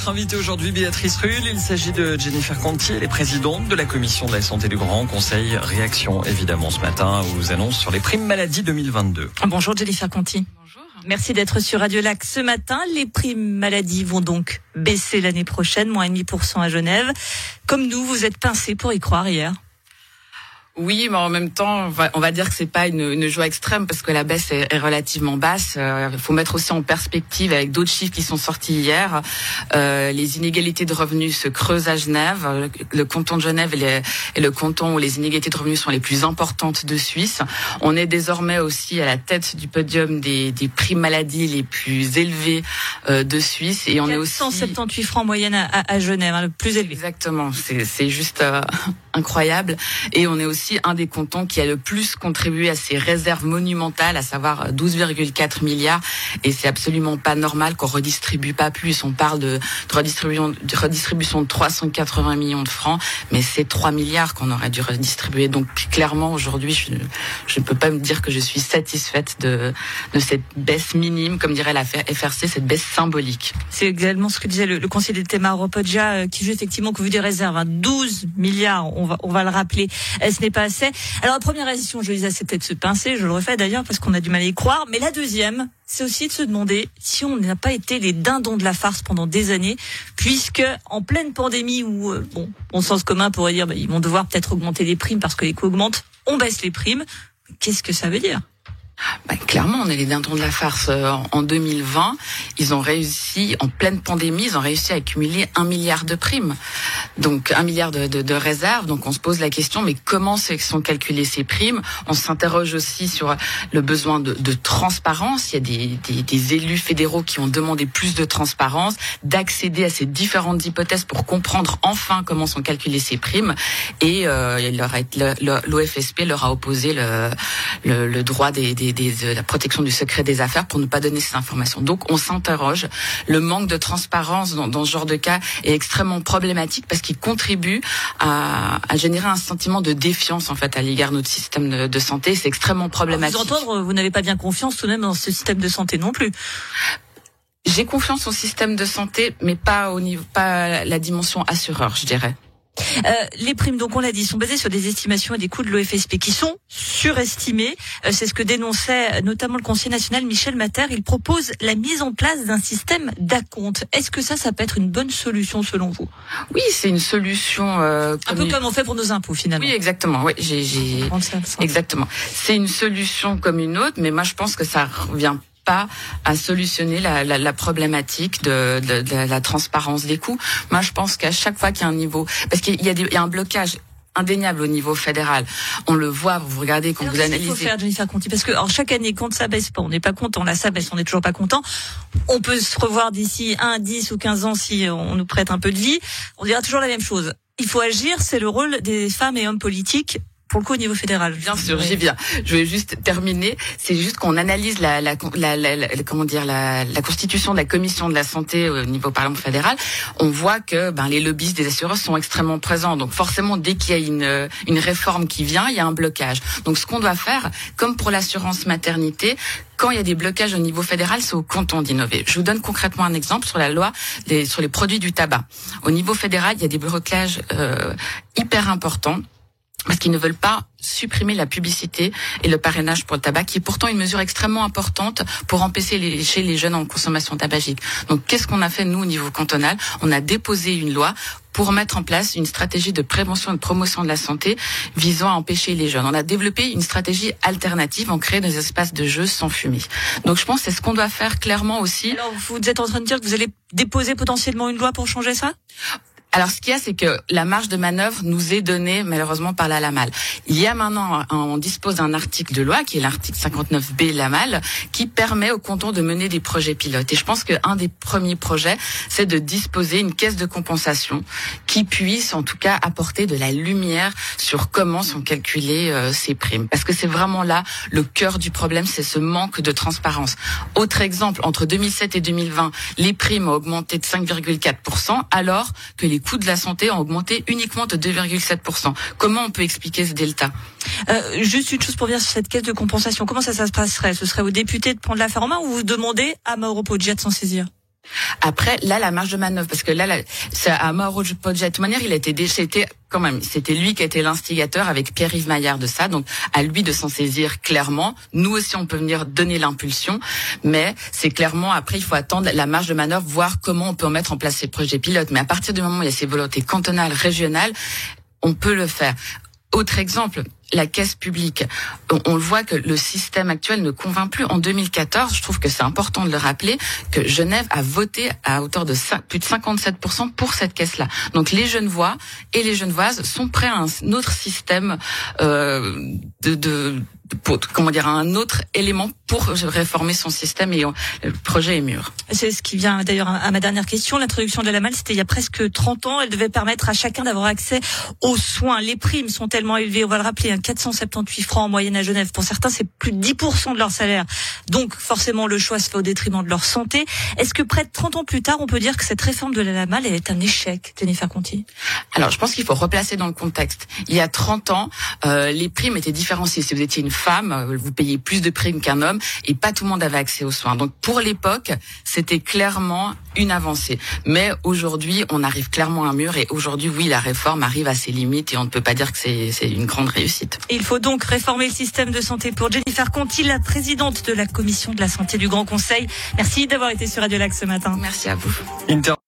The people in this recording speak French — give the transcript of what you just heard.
Notre invitée aujourd'hui, Béatrice Rulle. Il s'agit de Jennifer Conti, elle est présidente de la commission de la santé du Grand Conseil. Réaction évidemment ce matin aux annonces sur les primes maladie 2022. Bonjour Jennifer Conti. Bonjour. Merci d'être sur Radio Lac ce matin. Les primes maladie vont donc baisser l'année prochaine, moins 0,5% à Genève. Comme nous, vous êtes pincés pour y croire hier. Oui, mais en même temps, on va dire que c'est pas une joie extrême parce que la baisse est relativement basse. Il faut mettre aussi en perspective avec d'autres chiffres qui sont sortis hier. Les inégalités de revenus se creusent à Genève. Le canton de Genève est le canton où les inégalités de revenus sont les plus importantes de Suisse. On est désormais aussi à la tête du podium des primes maladie les plus élevées de Suisse. Et on est aussi 178 francs en moyenne à Genève, le plus élevé. Exactement, c'est juste incroyable. Et on est aussi un des cantons qui a le plus contribué à ces réserves monumentales, à savoir 12,4 milliards. Et c'est absolument pas normal qu'on redistribue pas plus. On parle de redistribution de 380 millions de francs, mais c'est 3 milliards qu'on aurait dû redistribuer. Donc clairement, aujourd'hui, je ne peux pas me dire que je suis satisfaite de cette baisse minime, comme dirait la FRC, cette baisse symbolique. C'est également ce que disait le conseiller d'État Mauro Poggia, qui veut effectivement que vous des réserves, 12 milliards, on va le rappeler. Ce n'est pas assez. Alors la première réaction, je le disais, c'était de se pincer, je le refais d'ailleurs parce qu'on a du mal à y croire, mais la deuxième, c'est aussi de se demander si on n'a pas été les dindons de la farce pendant des années, puisque en pleine pandémie où, bon sens commun pourrait dire, ils vont devoir peut-être augmenter les primes parce que les coûts augmentent, on baisse les primes. Qu'est-ce que ça veut dire ? Clairement, on est les dindons de la farce. En 2020, ils ont réussi, en pleine pandémie, ils ont réussi à accumuler 1 milliard de primes. Donc 1 milliard de réserves. Donc on se pose la question, mais comment sont calculées ces primes ? On s'interroge aussi sur le besoin de transparence. Il y a des élus fédéraux qui ont demandé plus de transparence, d'accéder à ces différentes hypothèses pour comprendre enfin comment sont calculées ces primes. Et l'OFSP leur a opposé le droit de la protection du secret des affaires pour ne pas donner ces informations. Donc on s'interroge. Le manque de transparence dans ce genre de cas est extrêmement problématique parce qu'il contribue à générer un sentiment de défiance en fait à l'égard de notre système de santé. C'est extrêmement problématique. Vous entendre, vous n'avez pas bien confiance tout de même dans ce système de santé non plus. J'ai confiance au système de santé, mais pas à la dimension assureur, je dirais. Les primes, donc on l'a dit, sont basées sur des estimations et des coûts de l'OFSP qui sont surestimés. C'est ce que dénonçait notamment le conseiller national Michel Matter. Il propose la mise en place d'un système d'acompte. Est-ce que ça peut être une bonne solution selon vous ? Oui, c'est une solution un peu comme on fait pour nos impôts finalement. Oui, exactement. Oui, exactement. C'est une solution comme une autre, mais moi je pense que ça revient pas à solutionner la problématique de la transparence des coûts. Moi, je pense qu'à chaque fois qu'il y a un niveau, parce qu'il y a un blocage indéniable au niveau fédéral. On le voit, vous regardez quand vous analysez. Qu'est-ce qu'il faut faire, Jennifer Conti ? Parce que chaque année, quand ça baisse pas, on n'est pas content. Là, ça baisse, on n'est toujours pas content. On peut se revoir d'ici 1, 10 ou 15 ans si on nous prête un peu de vie. On dira toujours la même chose. Il faut agir, c'est le rôle des femmes et hommes politiques. Pour le coup, au niveau fédéral. Bien sûr, j'y viens. Je vais juste terminer. C'est juste qu'on analyse la constitution de la commission de la santé au niveau Parlement fédéral. On voit que les lobbyistes des assureurs sont extrêmement présents. Donc forcément, dès qu'il y a une réforme qui vient, il y a un blocage. Donc ce qu'on doit faire, comme pour l'assurance maternité, quand il y a des blocages au niveau fédéral, c'est au canton d'innover. Je vous donne concrètement un exemple sur la loi sur les produits du tabac. Au niveau fédéral, il y a des blocages hyper importants. Parce qu'ils ne veulent pas supprimer la publicité et le parrainage pour le tabac, qui est pourtant une mesure extrêmement importante pour empêcher chez les jeunes en consommation tabagique. Donc, qu'est-ce qu'on a fait, nous, au niveau cantonal ? On a déposé une loi pour mettre en place une stratégie de prévention et de promotion de la santé visant à empêcher les jeunes. On a développé une stratégie alternative en créant des espaces de jeux sans fumée. Donc, je pense que c'est ce qu'on doit faire clairement aussi. Alors, vous êtes en train de dire que vous allez déposer potentiellement une loi pour changer ça ? Alors, ce qu'il y a, c'est que la marge de manœuvre nous est donnée, malheureusement, par la LAMAL. Il y a maintenant, on dispose d'un article de loi, qui est l'article 59B LAMAL, qui permet au canton de mener des projets pilotes. Et je pense qu'un des premiers projets, c'est de disposer une caisse de compensation qui puisse, en tout cas, apporter de la lumière sur comment sont calculées ces primes. Parce que c'est vraiment là le cœur du problème, c'est ce manque de transparence. Autre exemple, entre 2007 et 2020, les primes ont augmenté de 5,4%, alors que les coûts de la santé ont augmenté uniquement de 2,7%. Comment on peut expliquer ce delta ? Juste une chose pour venir sur cette caisse de compensation. Comment ça se passerait ? Ce serait aux députés de prendre l'affaire en main ou vous demandez à Mauro Poggia de s'en saisir ? Après, là, la marge de manœuvre, parce que là, c'est à Mauro Poggia. De toute manière, c'était lui qui a été l'instigateur avec Pierre-Yves Maillard de ça. Donc, à lui de s'en saisir clairement. Nous aussi, on peut venir donner l'impulsion, mais c'est clairement, après, il faut attendre la marge de manœuvre, voir comment on peut mettre en place ces projets pilotes. Mais à partir du moment où il y a ces volontés cantonales, régionales, on peut le faire. Autre exemple, la caisse publique. On le voit que le système actuel ne convainc plus. En 2014, je trouve que c'est important de le rappeler, que Genève a voté à hauteur de plus de 57% pour cette caisse-là. Donc les Genevois et les Genevoises sont prêts à un autre système un autre élément pour réformer son système, et le projet est mûr. C'est ce qui vient d'ailleurs à ma dernière question. L'introduction de la malle, c'était il y a presque 30 ans. Elle devait permettre à chacun d'avoir accès aux soins. Les primes sont tellement élevées, on va le rappeler, 478 francs en moyenne à Genève. Pour certains, c'est plus de 10% de leur salaire. Donc forcément, le choix se fait au détriment de leur santé. Est-ce que près de 30 ans plus tard, on peut dire que cette réforme de la malle est un échec, Jennifer Conti? Alors, je pense qu'il faut replacer dans le contexte. Il y a 30 ans, les primes étaient différenciées. Si vous étiez une femme, vous payez plus de primes qu'un homme, et pas tout le monde avait accès aux soins. Donc pour l'époque, c'était clairement une avancée. Mais aujourd'hui, on arrive clairement à un mur, et aujourd'hui, oui, la réforme arrive à ses limites, et on ne peut pas dire que c'est une grande réussite. Il faut donc réformer le système de santé pour Jennifer Conti, la présidente de la Commission de la Santé du Grand Conseil. Merci d'avoir été sur Radio Lac ce matin. Merci à vous.